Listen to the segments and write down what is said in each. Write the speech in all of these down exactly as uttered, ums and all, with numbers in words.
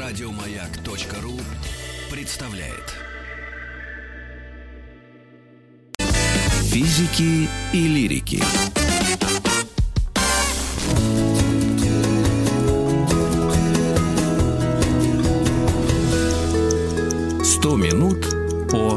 Радиомаяк.ру представляет Физики и лирики. Сто минут о...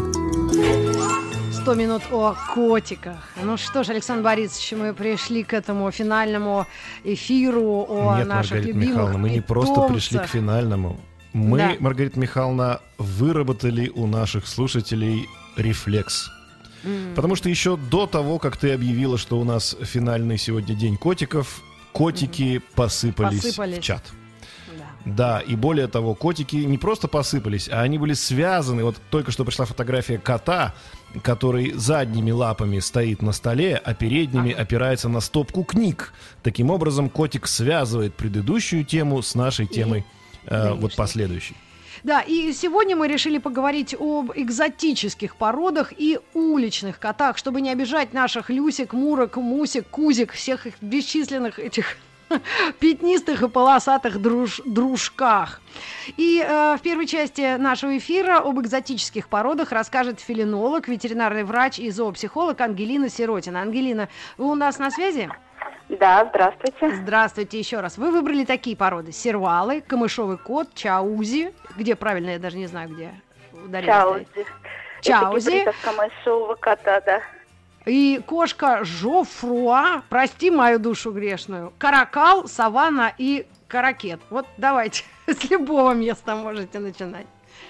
Сто минут о котиках. Ну что ж, Александр Борисович, мы пришли к этому финальному эфиру о Нет, наших Маргарита любимых Михайловна, мы не просто питомцах. пришли к финальному. Мы, Да. Маргарита Михайловна, выработали у наших слушателей рефлекс. М. Потому что еще до того, как ты объявила, что у нас финальный сегодня день котиков, котики посыпались, Посыпались. в чат. Да. Да, и более того, котики не просто посыпались, а они были связаны. Вот только что пришла фотография кота, который задними лапами стоит на столе, а передними опирается на стопку книг. Таким образом, котик связывает предыдущую тему с нашей темой, э, вот нынешней. последующей. Да, и сегодня мы решили поговорить об экзотических породах и уличных котах, чтобы не обижать наших Люсик, Мурок, Мусик, Кузик, всех их бесчисленных этих пятнистых и полосатых друж- дружках. И э, в первой части нашего эфира об экзотических породах расскажет фелинолог, ветеринарный врач и зоопсихолог Ангелина Сиротина. Ангелина, вы у нас на связи? Да, здравствуйте. Здравствуйте еще раз. Вы выбрали такие породы: сервалы, камышовый кот, чаузи. Где правильно, я даже не знаю, где ударение Чаузи. стоит. Это Чаузи. гибрид от камышового кота, да. И кошка Жофруа, прости мою душу грешную, каракал, саванна и каракет. Вот давайте, с любого места можете начинать.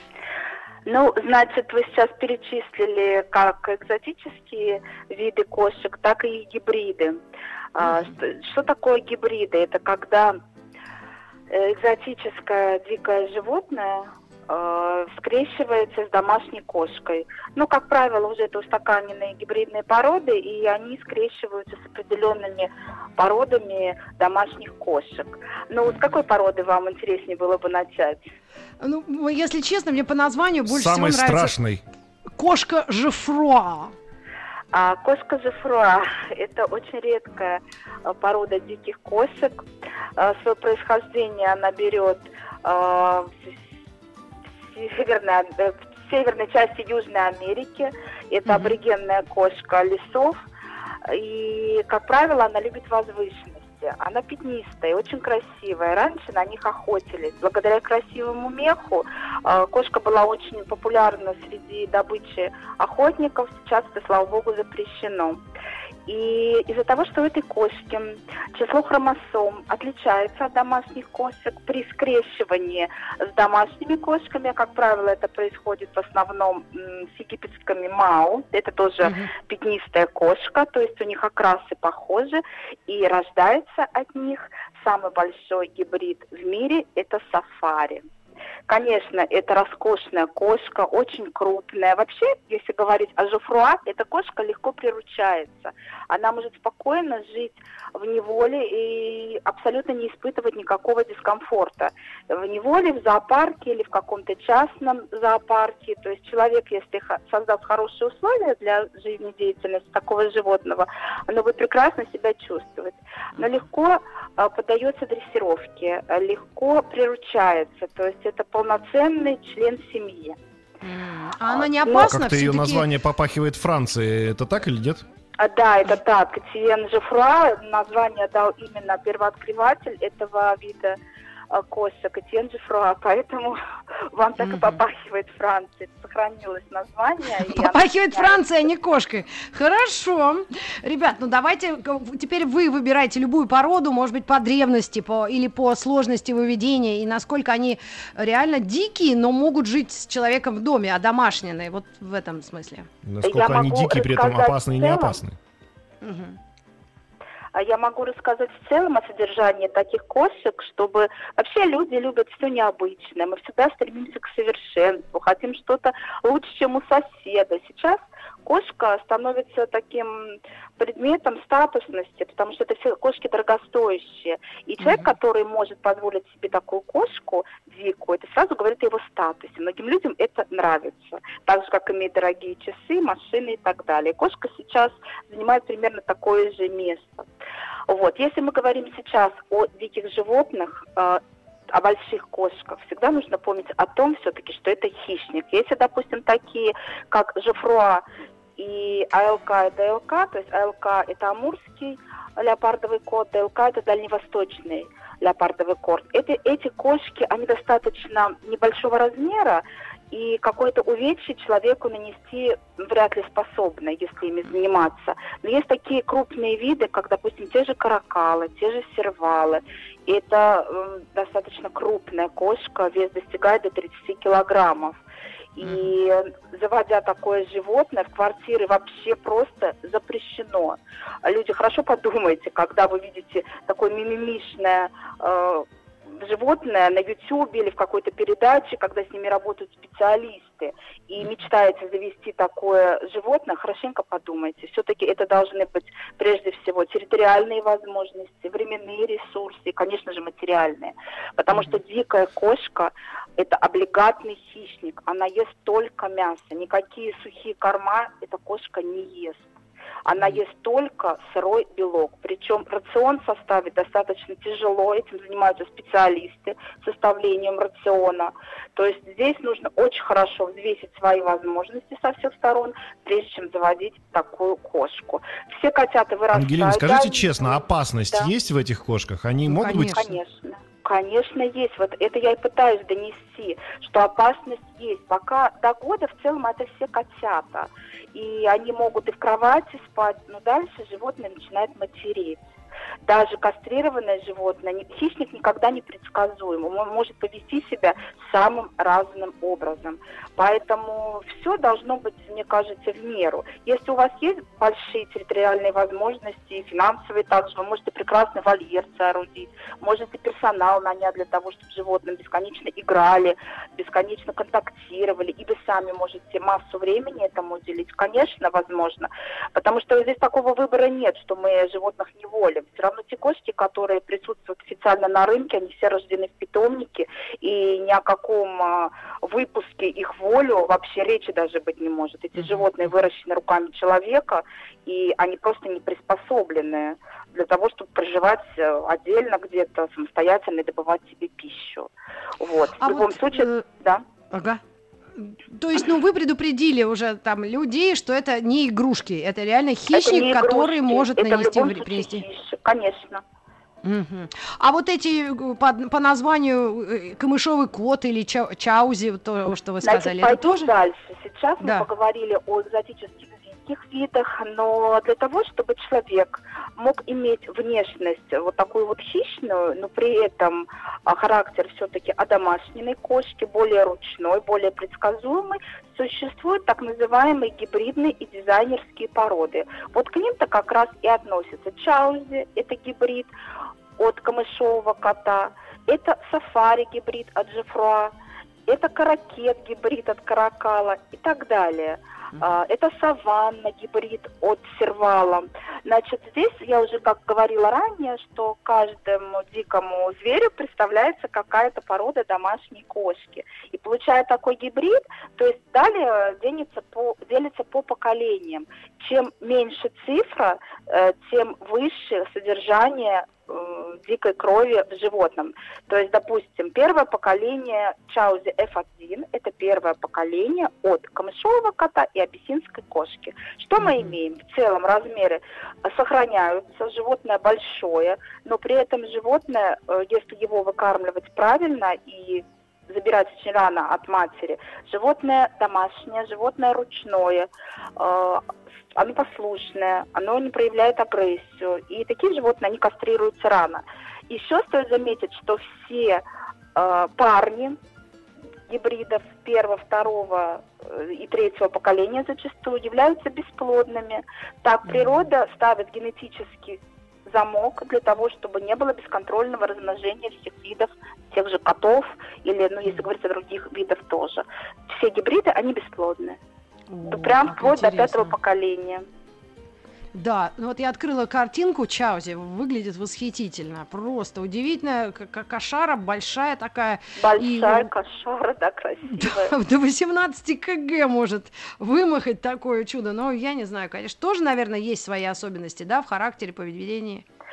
Ну, значит, вы сейчас перечислили как экзотические виды кошек, так и гибриды. А, что, что такое гибриды? Это когда э, экзотическое дикое животное э, скрещивается с домашней кошкой. Ну, как правило, уже это устаканенные гибридные породы, и они скрещиваются с определенными породами домашних кошек. Ну, с какой породы вам интереснее было бы начать? Ну, если честно, мне по названию больше Самый всего нравится страшный. кошка Жофруа. А кошка Жофруа – это очень редкая а, порода диких кошек. А, свое происхождение она берет а, в, северной, в северной части Южной Америки. Это Мгм. аборигенная кошка лесов. И, как правило, она любит возвышенности. Она пятнистая, очень красивая. Раньше на них охотились. Благодаря красивому меху э, кошка была очень популярна среди добычи охотников. Сейчас это, слава богу, запрещено. И из-за того, что у этой кошки число хромосом отличается от домашних кошек, при скрещивании с домашними кошками, как правило, это происходит в основном м, с египетскими мау, это тоже Мгм. пятнистая кошка, то есть у них окрасы похожи, и рождается от них самый большой гибрид в мире, это сафари. Конечно, это роскошная кошка, очень крупная. Вообще, если говорить о Жофруа, эта кошка легко приручается. Она может спокойно жить в неволе и абсолютно не испытывать никакого дискомфорта. В неволе, в зоопарке или в каком-то частном зоопарке. То есть человек, если х- создаст хорошие условия для жизнедеятельности такого животного, оно будет прекрасно себя чувствовать. Но легко а, поддается дрессировке, а, легко приручается. То есть это полноценный член семьи. М. А она не Ну, опасна? Как-то ее Всё-таки- название попахивает Францией. Это так или нет? А, да, это так. Этьен Жофруа название дал именно первооткрыватель этого вида а, кошек, Этьен Жофруа. Поэтому вам так и Мгм. попахивает Франция. Сохранилось название. и оно Попахивает знает. Франция, а не кошкой. Хорошо. Ребят, ну давайте, г- теперь вы выбираете любую породу, может быть, по древности по, или по сложности выведения, и насколько они реально дикие, но могут жить с человеком в доме, а домашние, вот в этом смысле. Насколько они могу дикие, при этом рассказать опасны и в не целом. опасны? Мгм. А я могу рассказать в целом о содержании таких кошек, чтобы... Вообще люди любят все необычное. Мы всегда стремимся к совершенству, хотим что-то лучше, чем у соседа. Сейчас кошка становится таким предметом статусности, потому что это все кошки дорогостоящие. И человек, Мгм. который может позволить себе такую кошку дикую, это сразу говорит о его статусе. Многим людям это нравится. Так же, как иметь дорогие часы, машины и так далее. Кошка сейчас занимает примерно такое же место. Вот. Если мы говорим сейчас о диких животных, э, о больших кошках, всегда нужно помнить о том все-таки, что это хищник. Если, допустим, такие, как Жофруа и АЛК и ДЛК, то есть АЛК это амурский леопардовый кот, ДЛК это дальневосточный леопардовый кот. Эти, эти кошки, они достаточно небольшого размера, и какое-то увечье человеку нанести вряд ли способны, если ими заниматься. Но есть такие крупные виды, как, допустим, те же каракалы, те же сервалы. И это э, достаточно крупная кошка, вес достигает до тридцати килограммов. И заводя такое животное в квартире вообще просто запрещено. Люди, хорошо подумайте, когда вы видите такое мимимишное э, животное на ютубе или в какой-то передаче, когда с ними работают специалисты, и мечтаете завести такое животное, хорошенько подумайте. Все-таки это должны быть прежде всего территориальные возможности, временные ресурсы и, конечно же, материальные. Потому что дикая кошка – это облигатный хищник. Она ест только мясо. Никакие сухие корма эта кошка не ест. Она ест только сырой белок. Причем рацион составить достаточно тяжело. Этим занимаются специалисты составлением рациона. То есть здесь нужно очень хорошо взвесить свои возможности со всех сторон, прежде чем заводить такую кошку. Все котята вырастают. Ангелина, скажите да, честно, опасность да. есть в этих кошках? Они Ну, могут конечно. быть... Конечно. Конечно, есть. Вот это я и пытаюсь донести, что опасность есть. Пока до года в целом это все котята. И они могут и в кровати спать, но дальше животное начинает матереть. Даже кастрированное животное, хищник никогда не предсказуем. Он может повести себя самым разным образом. Поэтому все должно быть, мне кажется, в меру. Если у вас есть большие территориальные возможности, финансовые также, вы можете прекрасно вольер соорудить, можете персонал нанять для того, чтобы животные бесконечно играли, бесконечно контактировали, и вы сами можете массу времени этому уделить. Конечно, возможно. Потому что здесь такого выбора нет, что мы животных не волим. Все равно те кошки, которые присутствуют официально на рынке, они все рождены в питомнике, и ни о каком а, выпуске их волю вообще речи даже быть не может. Эти животные выращены руками человека, и они просто не приспособлены для того, чтобы проживать отдельно где-то, самостоятельно и добывать себе пищу. Вот. А в любом вот, случае, э, да. Ага. То есть, ну, вы предупредили уже там людей, что это не игрушки, это реально хищник, это который игрушки. может это нанести, в любом вред, случае принести. хищник. Конечно. Угу. А вот эти по, по названию камышовый кот или ча, чаузи, то, что вы сказали, Значит, это тоже? Дальше. Сейчас да. мы поговорили о экзотических диких видах, но для того, чтобы человек мог иметь внешность вот такую вот хищную, но при этом а, характер все-таки одомашненной кошки, более ручной, более предсказуемый, существуют так называемые гибридные и дизайнерские породы. Вот к ним-то как раз и относятся чаузи, это гибрид от камышового кота, это сафари гибрид от Жофруа, это каракет гибрид от каракала и так далее. Uh, это саванна гибрид от сервала. Значит, здесь я уже как говорила ранее, что каждому дикому зверю представляется какая-то порода домашней кошки. И получая такой гибрид, то есть далее делится по, делится по поколениям. Чем меньше цифра, э, тем выше содержание э, дикой крови в животном. То есть, допустим, первое поколение чаузи эф один, это первое поколение от камышового кота и абиссинской кошки. Что мы имеем? В целом размеры сохраняются, животное большое, но при этом животное, если его выкармливать правильно и забирать очень рано от матери, животное домашнее, животное ручное, оно послушное, оно не проявляет агрессию, и такие животные, они кастрируются рано. Еще стоит заметить, что все парни гибридов первого, второго и третьего поколения зачастую являются бесплодными. Так природа ставит генетический замок для того, чтобы не было бесконтрольного размножения всех видов, тех же котов, или, ну, если говорить о других видах тоже. Все гибриды, они бесплодны. О, прям вплоть интересно. до пятого поколения. Да, ну вот я открыла картинку чаузи, выглядит восхитительно, просто удивительная, как кошара, большая такая. Большая и... кошара, да, красивая. Да, до восемнадцати килограмм может вымахать такое чудо, но я не знаю, конечно, тоже, наверное, есть свои особенности, да, в характере, поведении.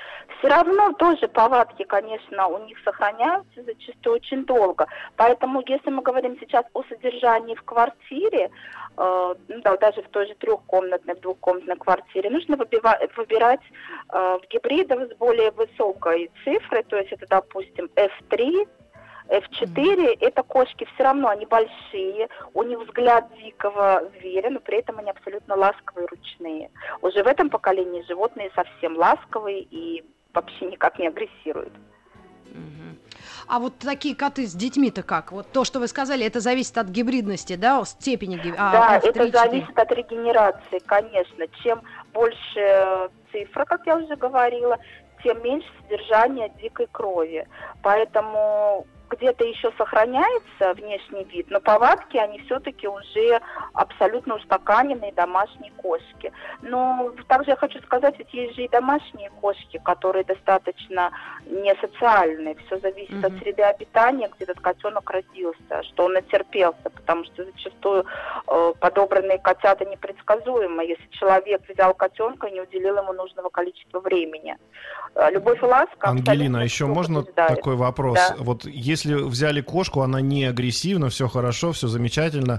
все равно тоже повадки, конечно, у них сохраняются зачастую очень долго. Поэтому, если мы говорим сейчас о содержании в квартире, э, ну, да, даже в той же трехкомнатной, в двухкомнатной квартире, нужно выбива- выбирать э, гибридов с более высокой цифрой, то есть это, допустим, эф три, эф четыре, mm-hmm. это кошки все равно, они большие, у них взгляд дикого зверя, но при этом они абсолютно ласковые, ручные. Уже в этом поколении животные совсем ласковые и вообще никак не агрессируют. Mm-hmm. А вот такие коты с детьми-то как? Вот то, что вы сказали, это зависит от гибридности, да, степени гибридности? Да, это зависит от регенерации, конечно. Чем больше цифра, как я уже говорила, тем меньше содержания дикой крови. Поэтому где-то еще сохраняется внешний вид, но повадки, они все-таки уже абсолютно устаканенные домашние кошки. Но также я хочу сказать, ведь есть же и домашние кошки, которые достаточно не социальные. Все зависит mm-hmm. от среды обитания, где этот котенок родился, что он натерпелся, потому что зачастую э, подобранные котята непредсказуемы. Если человек взял котенка и не уделил ему нужного количества времени. Э, любовь и ласка... Ангелина, а еще можно побеждает. Такой вопрос? Да. Вот если Если взяли кошку, она не агрессивна, все хорошо, все замечательно,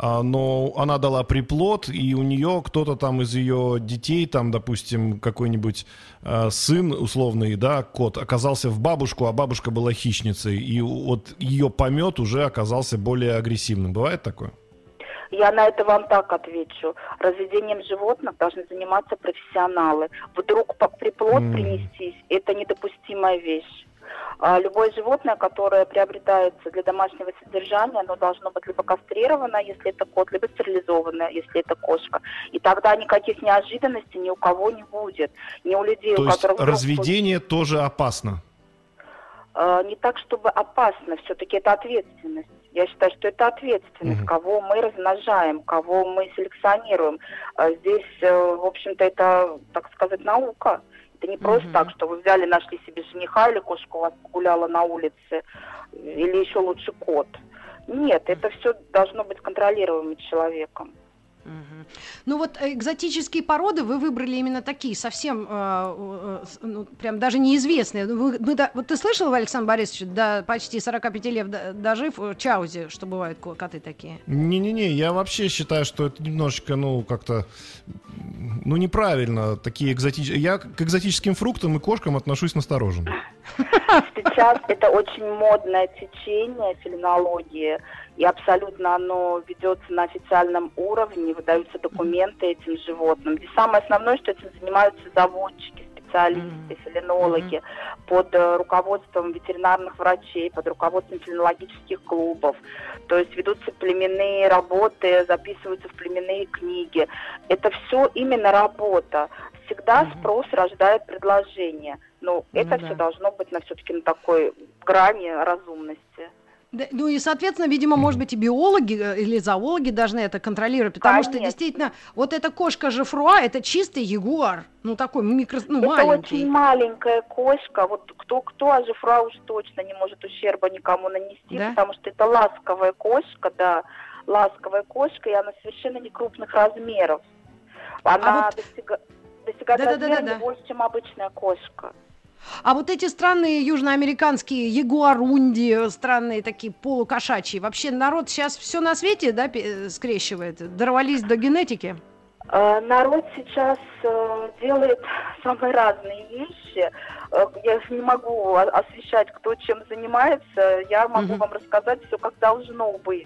но она дала приплод, и у нее кто-то там из ее детей, там, допустим, какой-нибудь сын условный, да, кот, оказался в бабушку, а бабушка была хищницей, и вот ее помет уже оказался более агрессивным. Бывает такое? Я на это вам так отвечу. Разведением животных должны заниматься профессионалы. Вдруг приплод mm. принестись, это недопустимая вещь. Любое животное, которое приобретается для домашнего содержания, оно должно быть либо кастрировано, если это кот, либо стерилизовано, если это кошка. И тогда никаких неожиданностей ни у кого не будет. Ни у людей, То у есть которых... разведение вдруг... тоже опасно? Не так, чтобы опасно. Все-таки это ответственность. Я считаю, что это ответственность, угу. кого мы размножаем, кого мы селекционируем. Здесь, в общем-то, это, так сказать, наука. Это не просто mm-hmm. так, что вы взяли, нашли себе жениха, или кошка у вас погуляла на улице, или еще лучше кот. Нет, это все должно быть контролируемо человеком. Угу. Ну вот экзотические породы вы выбрали именно такие, совсем, э, э, ну, прям даже неизвестные. Вы, мы, да, вот ты слышал, Александр Борисович, до почти сорок пять лет дожив, чаузи, что бывают коты такие? Не-не-не, я вообще считаю, что это немножечко, ну, как-то, ну, неправильно. Такие экзотические... Я к экзотическим фруктам и кошкам отношусь настороженно. Сейчас это очень модное течение фелинологии, и абсолютно оно ведется на официальном уровне, выдаются документы этим животным. И самое основное, что этим занимаются заводчики, специалисты, фелинологи, mm-hmm. под руководством ветеринарных врачей, под руководством фелинологических клубов. То есть ведутся племенные работы, записываются в племенные книги. Это все именно работа. Всегда mm-hmm. спрос рождает предложение. Но mm-hmm. это все должно быть на все-таки на такой грани разумности. Да, ну и, соответственно, видимо, может быть, и биологи или зоологи должны это контролировать, потому Конечно. Что действительно, вот эта кошка Жофруа, это чистый ягуар, ну такой микро, ну это маленький. Это очень маленькая кошка, вот кто-кто, а Жофруа уж точно не может ущерба никому нанести, да? Потому что это ласковая кошка, да, ласковая кошка, и она совершенно не крупных размеров. Она а вот... достига... достигает да, размера да, да, да, да. больше, чем обычная кошка. А вот эти странные южноамериканские ягуарунди, странные такие полукошачьи, вообще народ сейчас все на свете, да, скрещивает? Дорвались до генетики? Народ сейчас делает самые разные вещи. Я не могу освещать, кто чем занимается. Я могу угу. вам рассказать все, как должно быть.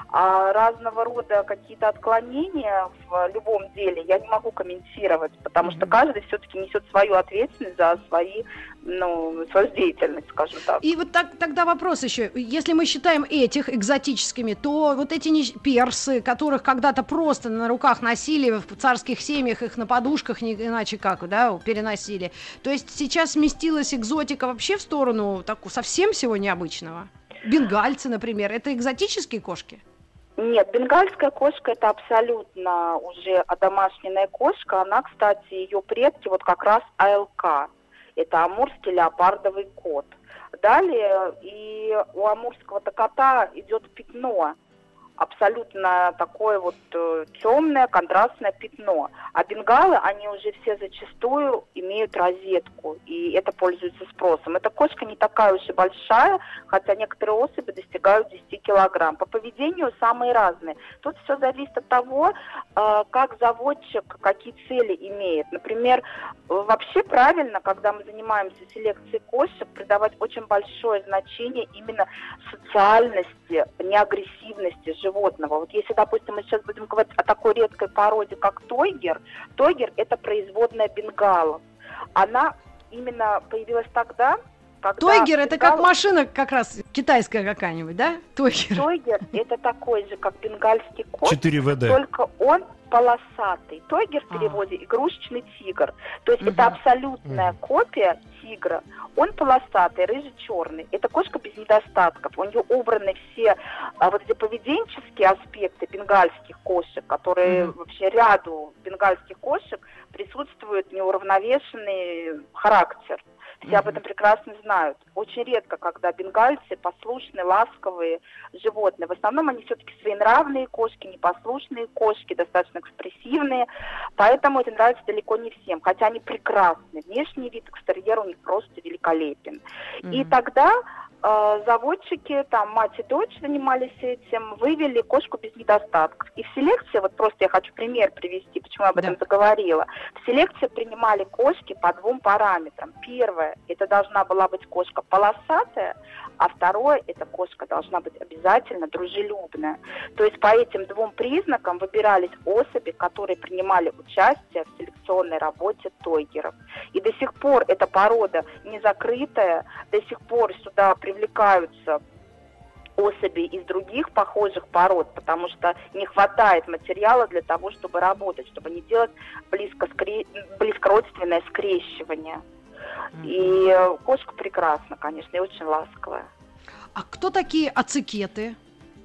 А разного рода какие-то отклонения в любом деле я не могу комментировать, потому mm-hmm. что каждый все-таки несет свою ответственность за свои, ну, свою деятельность, скажем так. И вот так, тогда вопрос еще. Если мы считаем этих экзотическими, то вот эти не... персы, которых когда-то просто на руках носили, в царских семьях их на подушках, не иначе как, да, переносили. То есть сейчас сместилась экзотика вообще в сторону такого совсем всего необычного? Бенгальцы, например, это экзотические кошки? Нет, бенгальская кошка это абсолютно уже одомашненная кошка. Она, кстати, ее предки вот как раз АЛК. Это амурский леопардовый кот. Далее и у амурского-то кота идет пятно. абсолютно такое вот э, темное, контрастное пятно. А бенгалы, они уже все зачастую имеют розетку, и это пользуется спросом. Эта кошка не такая уж и большая, хотя некоторые особи достигают десять килограмм. По поведению самые разные. Тут все зависит от того, э, как заводчик, какие цели имеет. Например, вообще правильно, когда мы занимаемся селекцией кошек, придавать очень большое значение именно социальности, неагрессивности животного. Вот если, допустим, мы сейчас будем говорить о такой редкой породе, как тойгер, тойгер – это производная бенгалов. Она именно появилась тогда, когда... Тойгер – это как бенгал... машина как раз китайская какая-нибудь, да? Тойгер. Тойгер – это такой же, как бенгальский кот, четыре вэ дэ. только он полосатый. Тойгер в переводе – игрушечный тигр. То есть Мгм. это абсолютная Мгм. копия тигра. Он полосатый, рыжий-черный. Это кошка без недостатков. У нее убраны все а, вот эти поведенческие аспекты бенгальских кошек, которые Мгм. вообще ряду бенгальских кошек присутствует неуравновешенный характер. Все об Мгм. этом прекрасно знают. Очень редко, когда бенгальцы послушные, ласковые животные. В основном они все-таки своенравные кошки, непослушные кошки, достаточно экспрессивные. Поэтому это нравится далеко не всем. Хотя они прекрасны. Внешний вид экстерьера у них просто великолепен. И Мгм. тогда э, заводчики, там мать и дочь занимались этим, вывели кошку без недостатков. И в селекции, вот просто я хочу пример привести, почему я об этом Да. заговорила. В селекции принимали кошки по двум параметрам. Первое, это должна была быть кошка полосатая, а второе, эта кошка должна быть обязательно дружелюбная. То есть по этим двум признакам выбирались особи, которые принимали участие в селекционной работе тойгеров. И до сих пор эта порода не закрытая, до сих пор сюда привлекаются особи из других похожих пород, потому что не хватает материала для того, чтобы работать, чтобы не делать близко скре... близкородственное скрещивание. И э, кошка прекрасна, конечно, и очень ласковая. А кто такие ацикеты?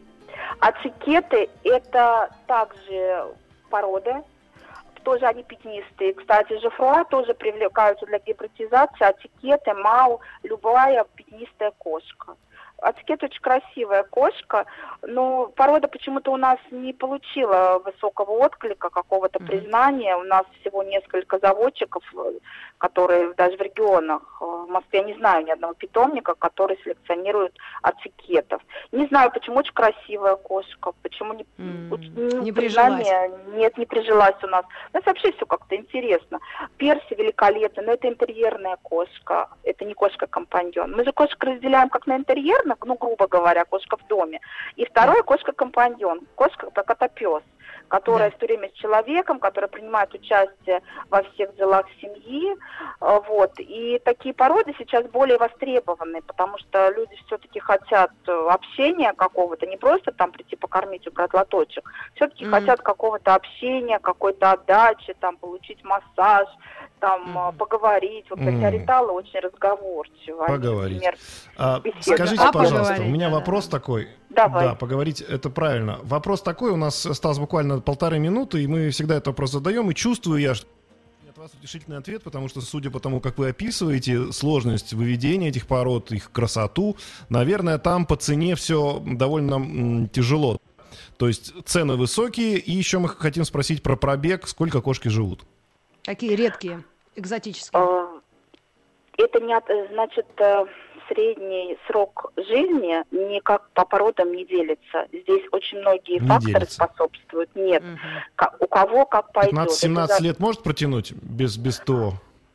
Ацикеты – это также порода, тоже они пятнистые. Кстати, жифруа тоже привлекаются для гибридизации, ацикеты, мау, любая пятнистая кошка. Ацикет очень красивая кошка, но порода почему-то у нас не получила высокого отклика, какого-то Мгм. признания. У нас всего несколько заводчиков, э, которые даже в регионах, э, в Москве я не знаю ни одного питомника, который селекционирует ацикетов. Не знаю, почему очень красивая кошка, почему не, М, уч- не прижилась. признания нет, не прижилась у нас. У нас вообще все как-то интересно. Перси великолепны, но это интерьерная кошка, это не кошка-компаньон. Мы же кошек разделяем как на интерьерных, ну, грубо говоря, кошка в доме. И второе, кошка-компаньон, кошка котопес, которая Да. все время с человеком, которая принимает участие во всех делах семьи. э, Вот. И такие породы сейчас более востребованы, потому что люди все-таки хотят э, общения какого-то, не просто там прийти покормить, убрать лоточек, все-таки Мгм. хотят какого-то общения, какой-то отдачи, там, получить массаж, там, Мгм. э, поговорить. Вот Мгм. катя-риталы очень разговорчивы. Они, Поговорить. например, А, беседа. скажите, А пожалуйста, поговорить, у меня да, вопрос да. такой. Давай. Да, поговорить это правильно. Вопрос такой, у нас осталось буквально полторы минуты, и мы всегда этот вопрос задаем, и чувствую я, что от вас утешительный ответ, потому что, судя по тому, как вы описываете сложность выведения этих пород, их красоту, наверное, там по цене все довольно м, тяжело. То есть цены высокие, и еще мы хотим спросить про пробег, сколько кошки живут. Такие редкие, экзотические. Э, Это не от- э, значит, э, средний срок жизни никак по породам не делится. Здесь очень многие Не факторы делится. способствуют. Нет, Мгм. Ка- у кого как пойдет. Это пятнадцать-семнадцать за- лет может протянуть без, без ТО?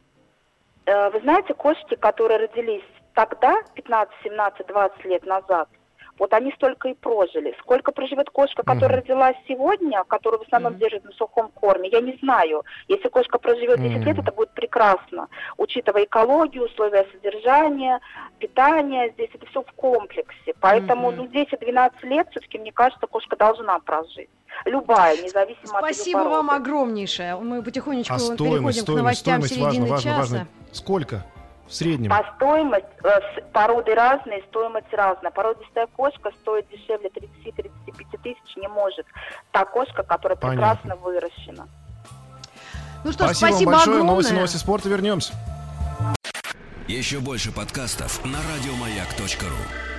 Э, Вы знаете, кошки, которые родились тогда, пятнадцать, семнадцать, двадцать лет назад, вот они столько и прожили. Сколько проживет кошка, которая Мгм. родилась сегодня, которую в основном Мгм. держат на сухом корме, я не знаю. Если кошка проживет десять лет, Мгм. это будет прекрасно. Учитывая экологию, условия содержания, питания, здесь это все в комплексе. Поэтому Мгм. ну, десять-двенадцать лет все-таки, мне кажется, кошка должна прожить. Любая, независимо от Спасибо ее вам породы. огромнейшее. Мы потихонечку А стоимость, переходим к стоимость, новостям стоимость, важно, середины важно, часа. важно. Сколько в среднем? По стоимость, э, с- породы разные, стоимость разная. Породистая кошка стоит дешевле тридцать-тридцать пять тысяч не может. Та кошка, которая Понятно. прекрасно выращена. Ну что ж, Спасибо, спасибо вам большое. огромное. Новости, новости спорта. Вернемся. Еще больше подкастов на радиомаяк точка ру.